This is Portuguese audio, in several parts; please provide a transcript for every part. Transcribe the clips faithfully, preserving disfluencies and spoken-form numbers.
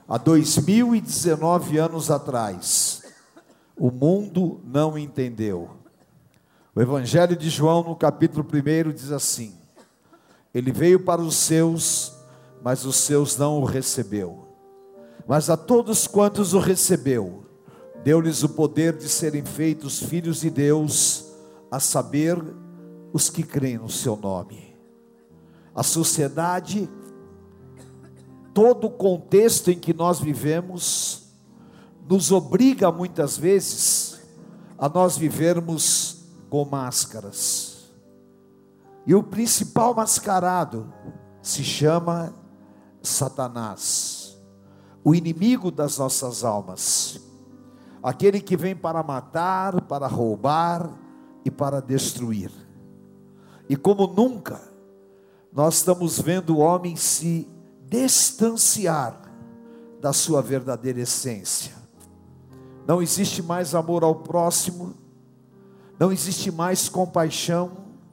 Há dois mil e dezenove anos atrás, o mundo não entendeu. O Evangelho de João, no capítulo primeiro, diz assim: Ele veio para os seus, mas os seus não o recebeu. Mas a todos quantos o recebeu, deu-lhes o poder de serem feitos filhos de Deus, a saber, os que creem no seu nome. A sociedade, todo o contexto em que nós vivemos, nos obriga muitas vezes a nós vivermos com máscaras. E o principal mascarado se chama Satanás, o inimigo das nossas almas, aquele que vem para matar, para roubar e para destruir. E como nunca, nós estamos vendo o homem se distanciar da sua verdadeira essência. Não existe mais amor ao próximo, não existe mais compaixão.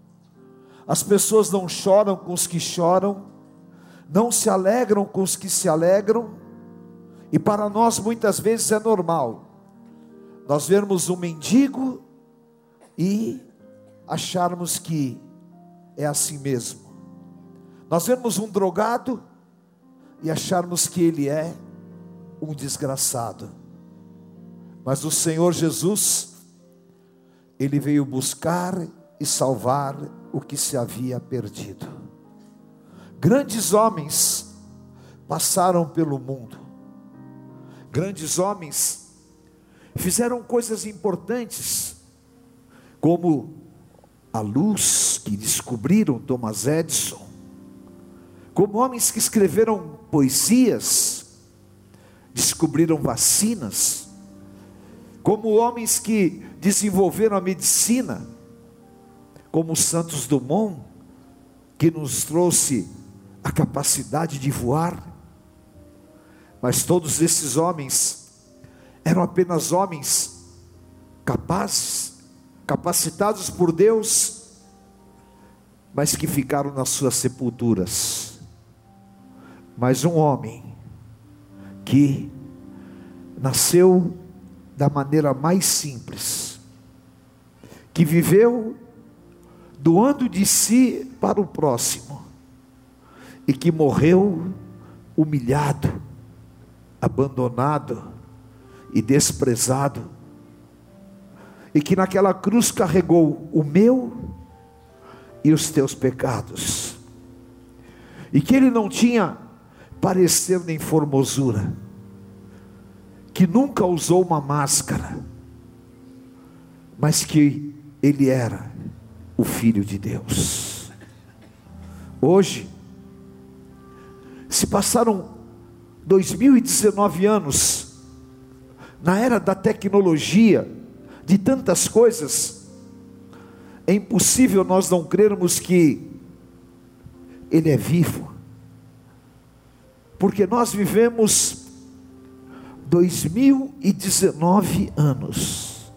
As pessoas não choram com os que choram, não se alegram com os que se alegram. E para nós muitas vezes é normal nós vermos um mendigo e acharmos que é assim mesmo. Nós vemos um drogado e acharmos que ele é um desgraçado. Mas o Senhor Jesus, Ele veio buscar e salvar o que se havia perdido. Grandes homens passaram pelo mundo. Grandes homens fizeram coisas importantes, como a luz que descobriram Thomas Edison, como homens que escreveram poesias, descobriram vacinas, como homens que desenvolveram a medicina, como Santos Dumont, que nos trouxe a capacidade de voar. Mas todos esses homens eram apenas homens capazes, capacitados por Deus, mas que ficaram nas suas sepulturas. Mas um homem que nasceu da maneira mais simples, que viveu doando de si para o próximo, e que morreu humilhado, abandonado e desprezado, e que naquela cruz carregou o meu e os teus pecados, e que ele não tinha parecer nem formosura, que nunca usou uma máscara, mas que ele era o Filho de Deus. Hoje, se passaram dois mil e dezenove anos, na era da tecnologia, de tantas coisas, é impossível nós não crermos que Ele é vivo, porque nós vivemos dois mil e dezenove anos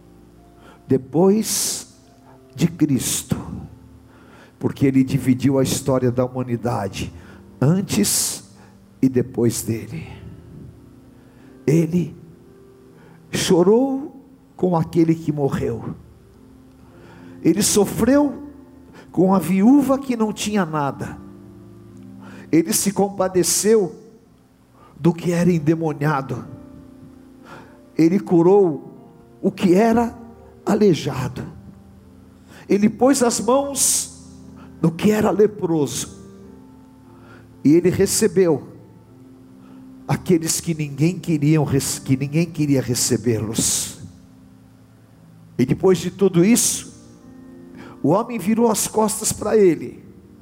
depois de Cristo, porque Ele dividiu a história da humanidade antes e depois dele. Ele chorou com aquele que morreu, ele sofreu com a viúva que não tinha nada, ele se compadeceu do que era endemoniado, ele curou o que era aleijado, ele pôs as mãos no que era leproso, e ele recebeu aqueles que ninguém queria, que ninguém queria recebê-los. E depois de tudo isso, o homem virou as costas para ele,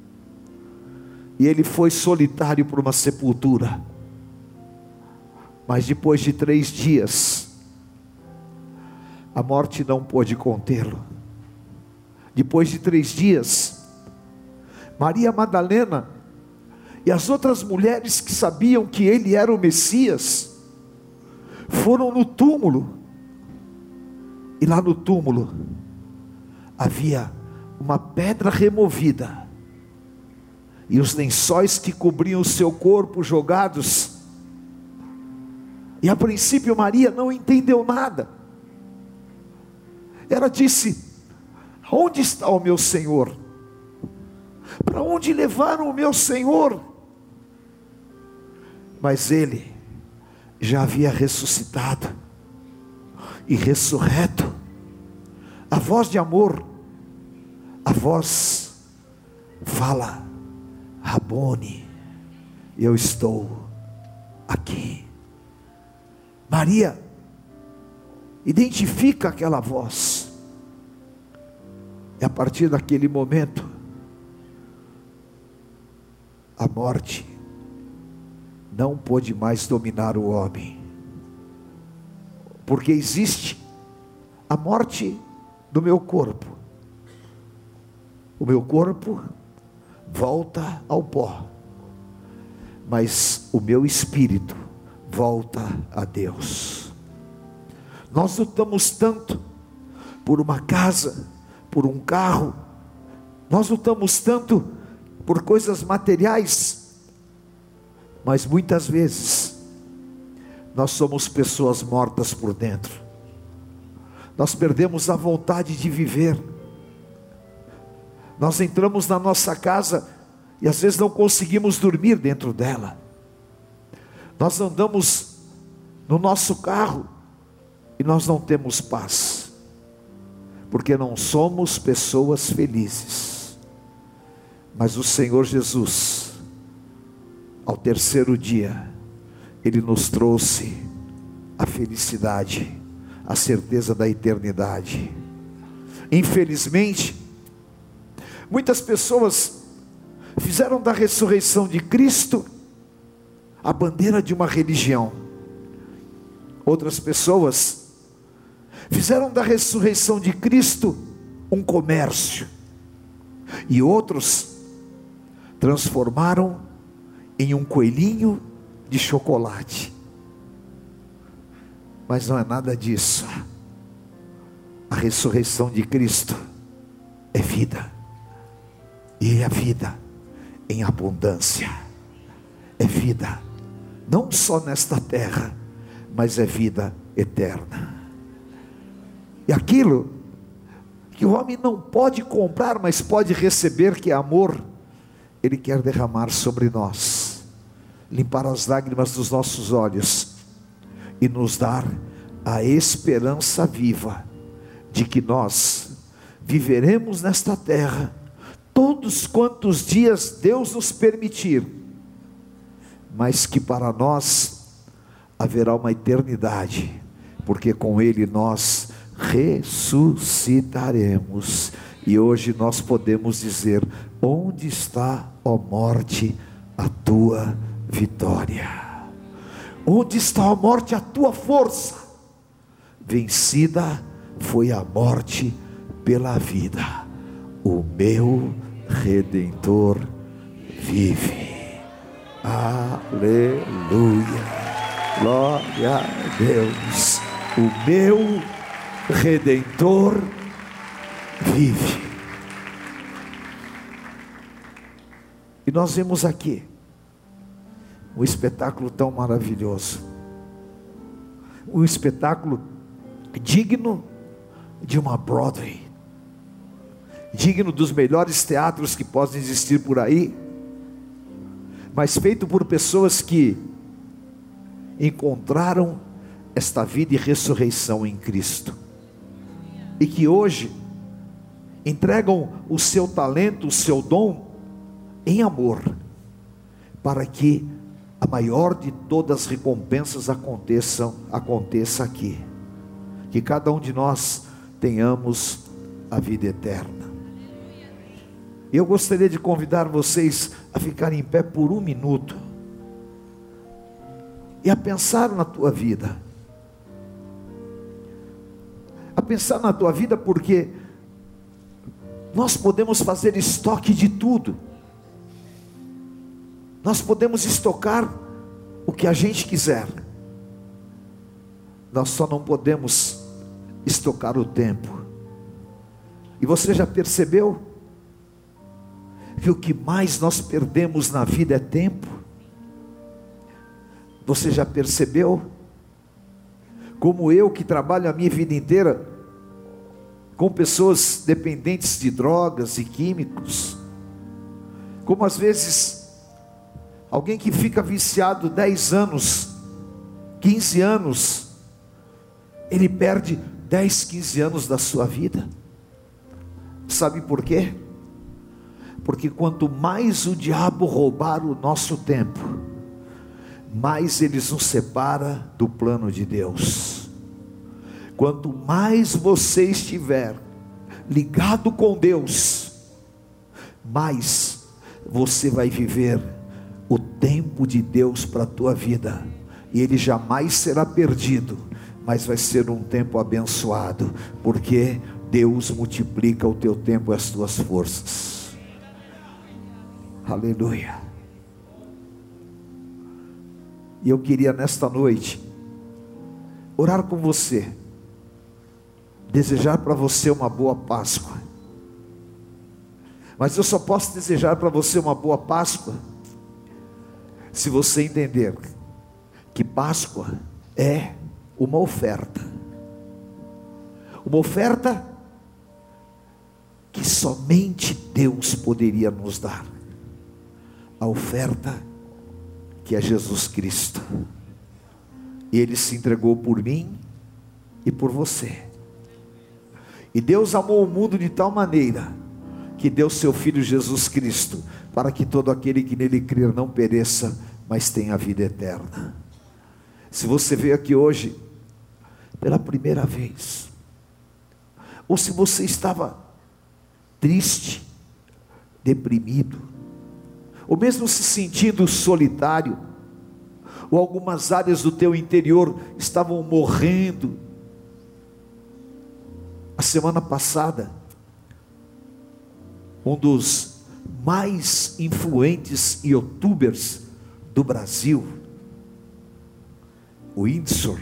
e ele foi solitário por uma sepultura. Mas depois de três dias, a morte não pôde contê-lo. Depois de três dias, Maria Madalena e as outras mulheres que sabiam que ele era o Messias, foram no túmulo, e lá no túmulo, havia uma pedra removida, e os lençóis que cobriam o seu corpo jogados, E a princípio Maria não entendeu nada. Ela disse: onde está o meu Senhor? Para onde levaram o meu Senhor? Mas ele já havia ressuscitado e ressurreto. A voz de amor, a voz fala: Rabone, eu estou aqui. Maria identifica aquela voz. E a partir daquele momento, a morte não pôde mais dominar o homem, porque existe a morte do meu corpo. O meu corpo volta ao pó, mas o meu espírito volta a Deus. Nós lutamos tanto por uma casa, por um carro, nós lutamos tanto por coisas materiais, mas muitas vezes nós somos pessoas mortas por dentro. Nós perdemos a vontade de viver. Nós entramos na nossa casa e às vezes não conseguimos dormir dentro dela. Nós andamos no nosso carro e nós não temos paz, porque não somos pessoas felizes. Mas o Senhor Jesus, ao terceiro dia, Ele nos trouxe a felicidade, a certeza da eternidade. Infelizmente, muitas pessoas fizeram da ressurreição de Cristo a bandeira de uma religião. Outras pessoas fizeram da ressurreição de Cristo um comércio. E outros transformaram em um coelhinho de chocolate. Mas não é nada disso. A ressurreição de Cristo é vida. E é a vida em abundância. É vida, não só nesta terra, mas é vida eterna. E aquilo que o homem não pode comprar, mas pode receber, que é amor, Ele quer derramar sobre nós, limpar as lágrimas dos nossos olhos e nos dar a esperança viva de que nós viveremos nesta terra todos quantos dias Deus nos permitir, mas que para nós haverá uma eternidade, porque com Ele nós ressuscitaremos. E hoje nós podemos dizer: onde está, ó morte, a tua vitória? Onde está, ó morte, a tua força? Vencida foi a morte pela vida. O meu Redentor vive. Aleluia, glória a Deus. O meu Redentor vive. E nós vemos aqui um espetáculo tão maravilhoso, um espetáculo digno de uma Broadway, digno dos melhores teatros que podem existir por aí, mas feito por pessoas que encontraram esta vida e ressurreição em Cristo, e que hoje entregam o seu talento, o seu dom em amor, para que a maior de todas as recompensas aconteçam, aconteça aqui, que cada um de nós tenhamos a vida eterna. Eu gostaria de convidar vocês a ficarem em pé por um minuto e a pensar na tua vida, a pensar na tua vida, porque nós podemos fazer estoque de tudo, nós podemos estocar o que a gente quiser, nós só não podemos estocar o tempo. E você já percebeu que o que mais nós perdemos na vida é tempo? Você já percebeu como eu que trabalho a minha vida inteira com pessoas dependentes de drogas e químicos, como às vezes alguém que fica viciado dez anos, quinze anos, ele perde dez, quinze anos da sua vida. Sabe por quê? Porque quanto mais o diabo roubar o nosso tempo, mais ele nos separa do plano de Deus. Quanto mais você estiver ligado com Deus, mais você vai viver o tempo de Deus para a tua vida, e ele jamais será perdido, mas vai ser um tempo abençoado, porque Deus multiplica o teu tempo e as tuas forças. Aleluia. E eu queria nesta noite orar com você, desejar para você uma boa Páscoa. Mas eu só posso desejar para você uma boa Páscoa se você entender que Páscoa é uma oferta, uma oferta que somente Deus poderia nos dar, a oferta que é Jesus Cristo. Ele se entregou por mim e por você. E Deus amou o mundo de tal maneira que deu seu Filho Jesus Cristo, para que todo aquele que nele crer não pereça, mas tenha a vida eterna. Se você veio aqui hoje pela primeira vez, ou se você estava triste, deprimido, ou mesmo se sentindo solitário, ou algumas áreas do teu interior estavam morrendo. A semana passada, um dos mais influentes youtubers do Brasil, o Whindersson,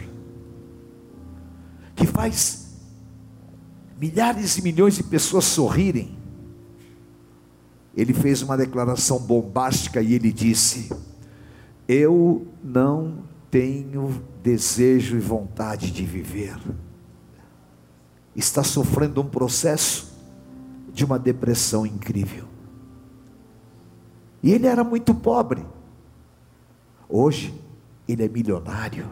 que faz milhares e milhões de pessoas sorrirem, ele fez uma declaração bombástica e ele disse: eu não tenho desejo e vontade de viver. Está sofrendo um processo de uma depressão incrível. E ele era muito pobre. Hoje ele é milionário.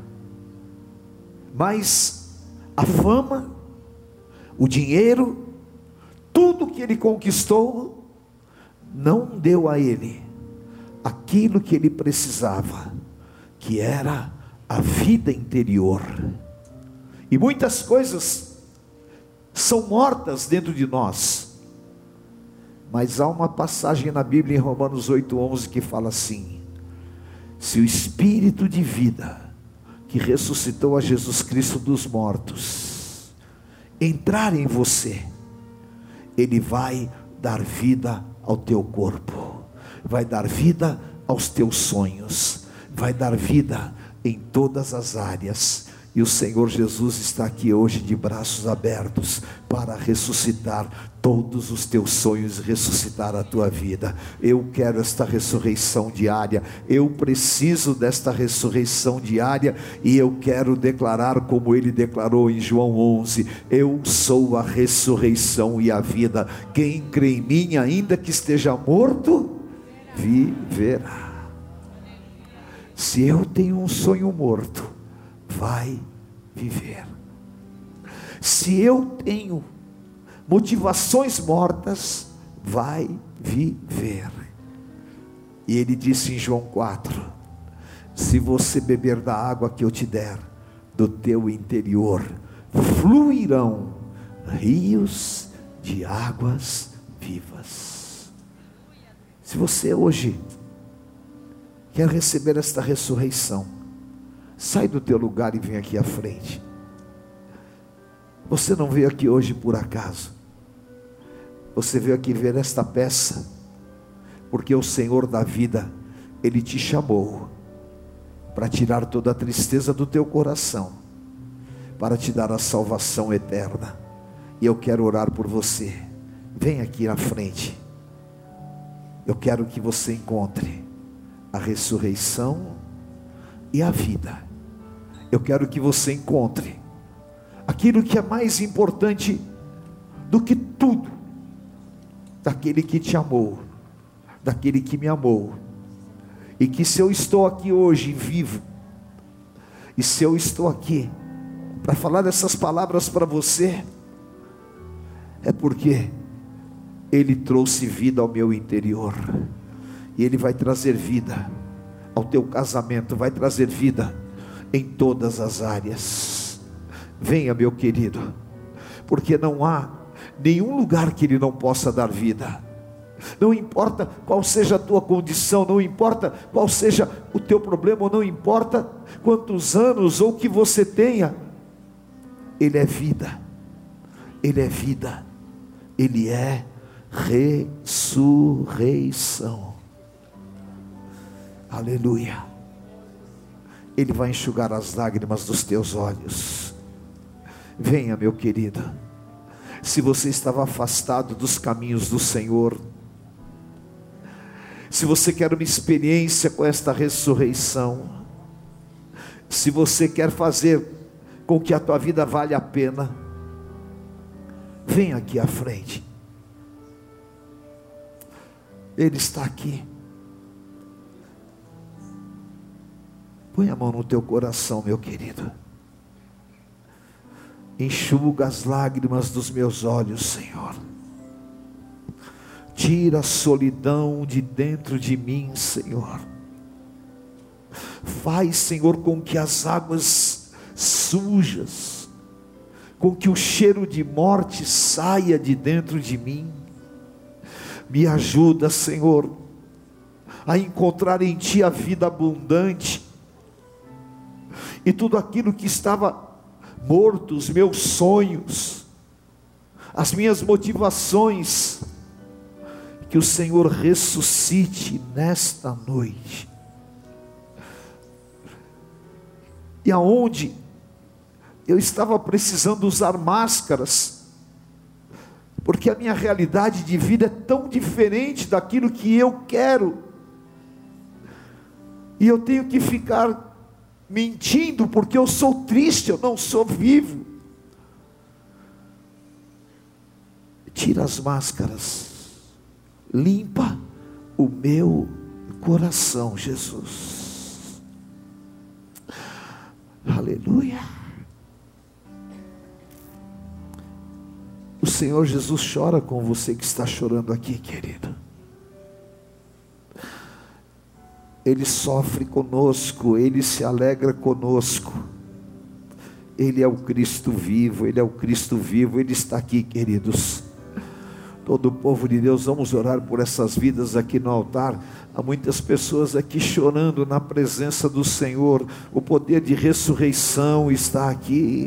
Mas a fama, o dinheiro, tudo que ele conquistou não deu a ele aquilo que ele precisava, que era a vida interior. E muitas coisas são mortas dentro de nós, mas há uma passagem na Bíblia em Romanos oito, onze que fala assim: se o Espírito de vida que ressuscitou a Jesus Cristo dos mortos entrar em você, ele vai dar vida ao teu corpo, vai dar vida aos teus sonhos, vai dar vida em todas as áreas. E o Senhor Jesus está aqui hoje de braços abertos para ressuscitar todos os teus sonhos, ressuscitar a tua vida. Eu quero esta ressurreição diária, eu preciso desta ressurreição diária, e eu quero declarar como ele declarou em João onze: eu sou a ressurreição e a vida, quem crê em mim, ainda que esteja morto, viverá. Se eu tenho um sonho morto, vai viver. Se eu tenho motivações mortas, vai viver. E ele disse em João quatro: se você beber da água que eu te der, do teu interior fluirão rios de águas vivas. Se você hoje quer receber esta ressurreição, sai do teu lugar e vem aqui à frente. Você não veio aqui hoje por acaso. Você veio aqui ver esta peça, porque o Senhor da vida, Ele te chamou para tirar toda a tristeza do teu coração, para te dar a salvação eterna. E eu quero orar por você. Vem aqui à frente. Eu quero que você encontre a ressurreição e a vida. eu quero que você encontre aquilo que é mais importante do que tudo, daquele que te amou, daquele que me amou, e que se eu estou aqui hoje vivo, e se eu estou aqui para falar essas palavras para você, é porque Ele trouxe vida ao meu interior, e Ele vai trazer vida ao teu casamento, vai trazer vida em todas as áreas. Venha, meu querido, porque não há nenhum lugar que Ele não possa dar vida. Não importa qual seja a tua condição, não importa qual seja o teu problema, não importa quantos anos ou que você tenha, Ele é vida, Ele é vida, Ele é ressurreição. Aleluia. Ele vai enxugar as lágrimas dos teus olhos. Venha, meu querido. Se você estava afastado dos caminhos do Senhor, se você quer uma experiência com esta ressurreição, se você quer fazer com que a tua vida valha a pena, venha aqui à frente. Ele está aqui. Põe a mão no teu coração, meu querido. Enxuga as lágrimas dos meus olhos, Senhor. Tira a solidão de dentro de mim, Senhor. Faz, Senhor, com que as águas sujas, com que o cheiro de morte saia de dentro de mim. Me ajuda, Senhor, a encontrar em Ti a vida abundante, e tudo aquilo que estava morto, os meus sonhos, as minhas motivações, que o Senhor ressuscite nesta noite. E aonde eu estava precisando usar máscaras, porque a minha realidade de vida é tão diferente daquilo que eu quero, e eu tenho que ficar mentindo, porque eu sou triste, eu não sou vivo. Tira as máscaras, limpa o meu coração, Jesus. Aleluia. O Senhor Jesus chora com você que está chorando aqui, querido. Ele sofre conosco, Ele se alegra conosco. Ele é o Cristo vivo, Ele é o Cristo vivo, Ele está aqui, queridos. Todo o povo de Deus, vamos orar por essas vidas aqui no altar. Há muitas pessoas aqui chorando na presença do Senhor. O poder de ressurreição está aqui.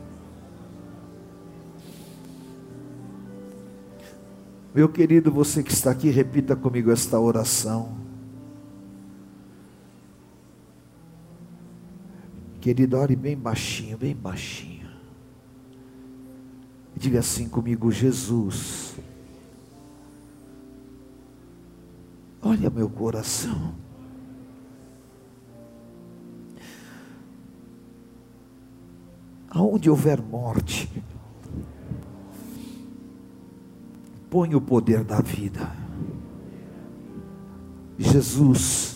Meu querido, você que está aqui, repita comigo esta oração. Querido, ore bem baixinho, bem baixinho. Diga assim comigo: Jesus, olha meu coração. Aonde houver morte, põe o poder da vida. Jesus,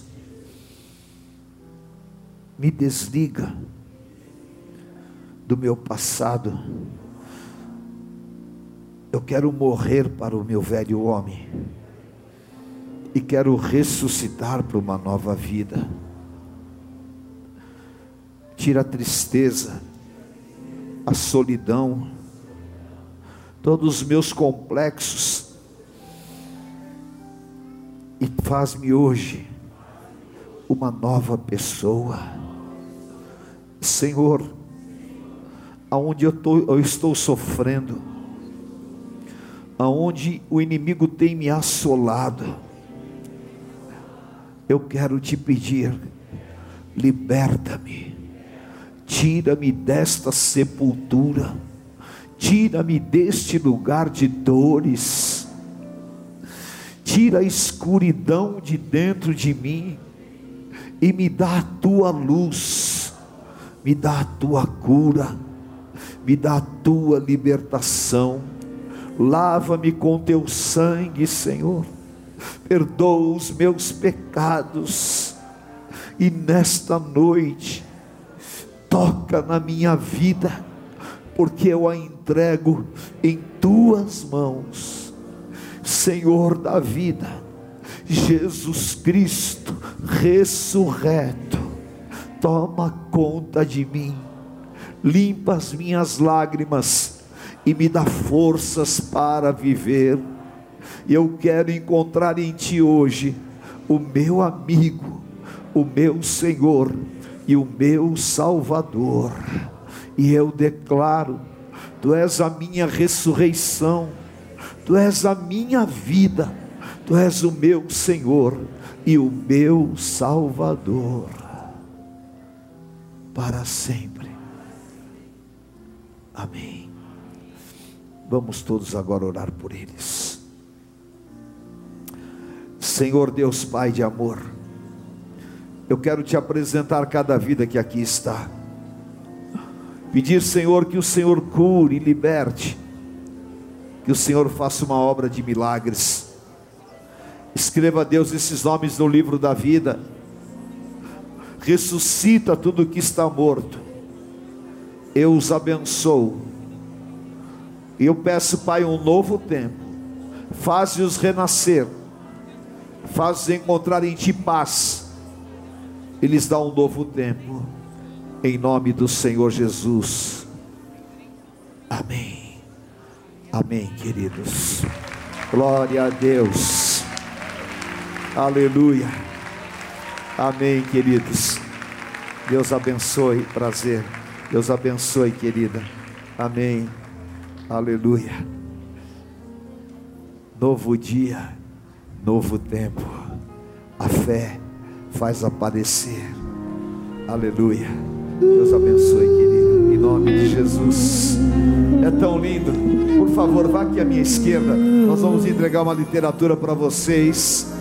me desliga do meu passado. Eu quero morrer para o meu velho homem e quero ressuscitar para uma nova vida. Tira a tristeza, a solidão, todos os meus complexos, e faz-me hoje uma nova pessoa. Senhor, aonde eu, tô, eu estou sofrendo, aonde o inimigo tem me assolado, eu quero te pedir: liberta-me, tira-me desta sepultura, tira-me deste lugar de dores, tira a escuridão de dentro de mim, e me dá a tua luz, me dá a tua cura, me dá a tua libertação. Lava-me com teu sangue, Senhor, perdoa os meus pecados, e nesta noite, toca na minha vida, porque eu a entrego em tuas mãos. Senhor da vida, Jesus Cristo ressurreto, toma conta de mim, limpa as minhas lágrimas e me dá forças para viver. Eu quero encontrar em Ti hoje o meu amigo, o meu Senhor e o meu Salvador. E eu declaro: Tu és a minha ressurreição, Tu és a minha vida, Tu és o meu Senhor e o meu Salvador, para sempre. Amém. Vamos todos agora orar por eles. Senhor Deus Pai de amor, eu quero Te apresentar cada vida que aqui está. Pedir, Senhor, que o Senhor cure e liberte, que o Senhor faça uma obra de milagres. Escreva, Deus, esses nomes no livro da vida. Ressuscita tudo que está morto. Eu os abençoo. E eu peço, Pai, um novo tempo. Faze-os renascer. Faz-os encontrar em Ti paz. E lhes dá um novo tempo. Em nome do Senhor Jesus. Amém. Amém, queridos. Glória a Deus. Aleluia. Amém, queridos. Deus abençoe. Prazer. Deus abençoe, querida. Amém. Aleluia. Novo dia, novo tempo. A fé faz aparecer. Aleluia. Deus abençoe, querido, em nome de Jesus. É tão lindo. Por favor, vá aqui à minha esquerda. Nós vamos entregar uma literatura para vocês.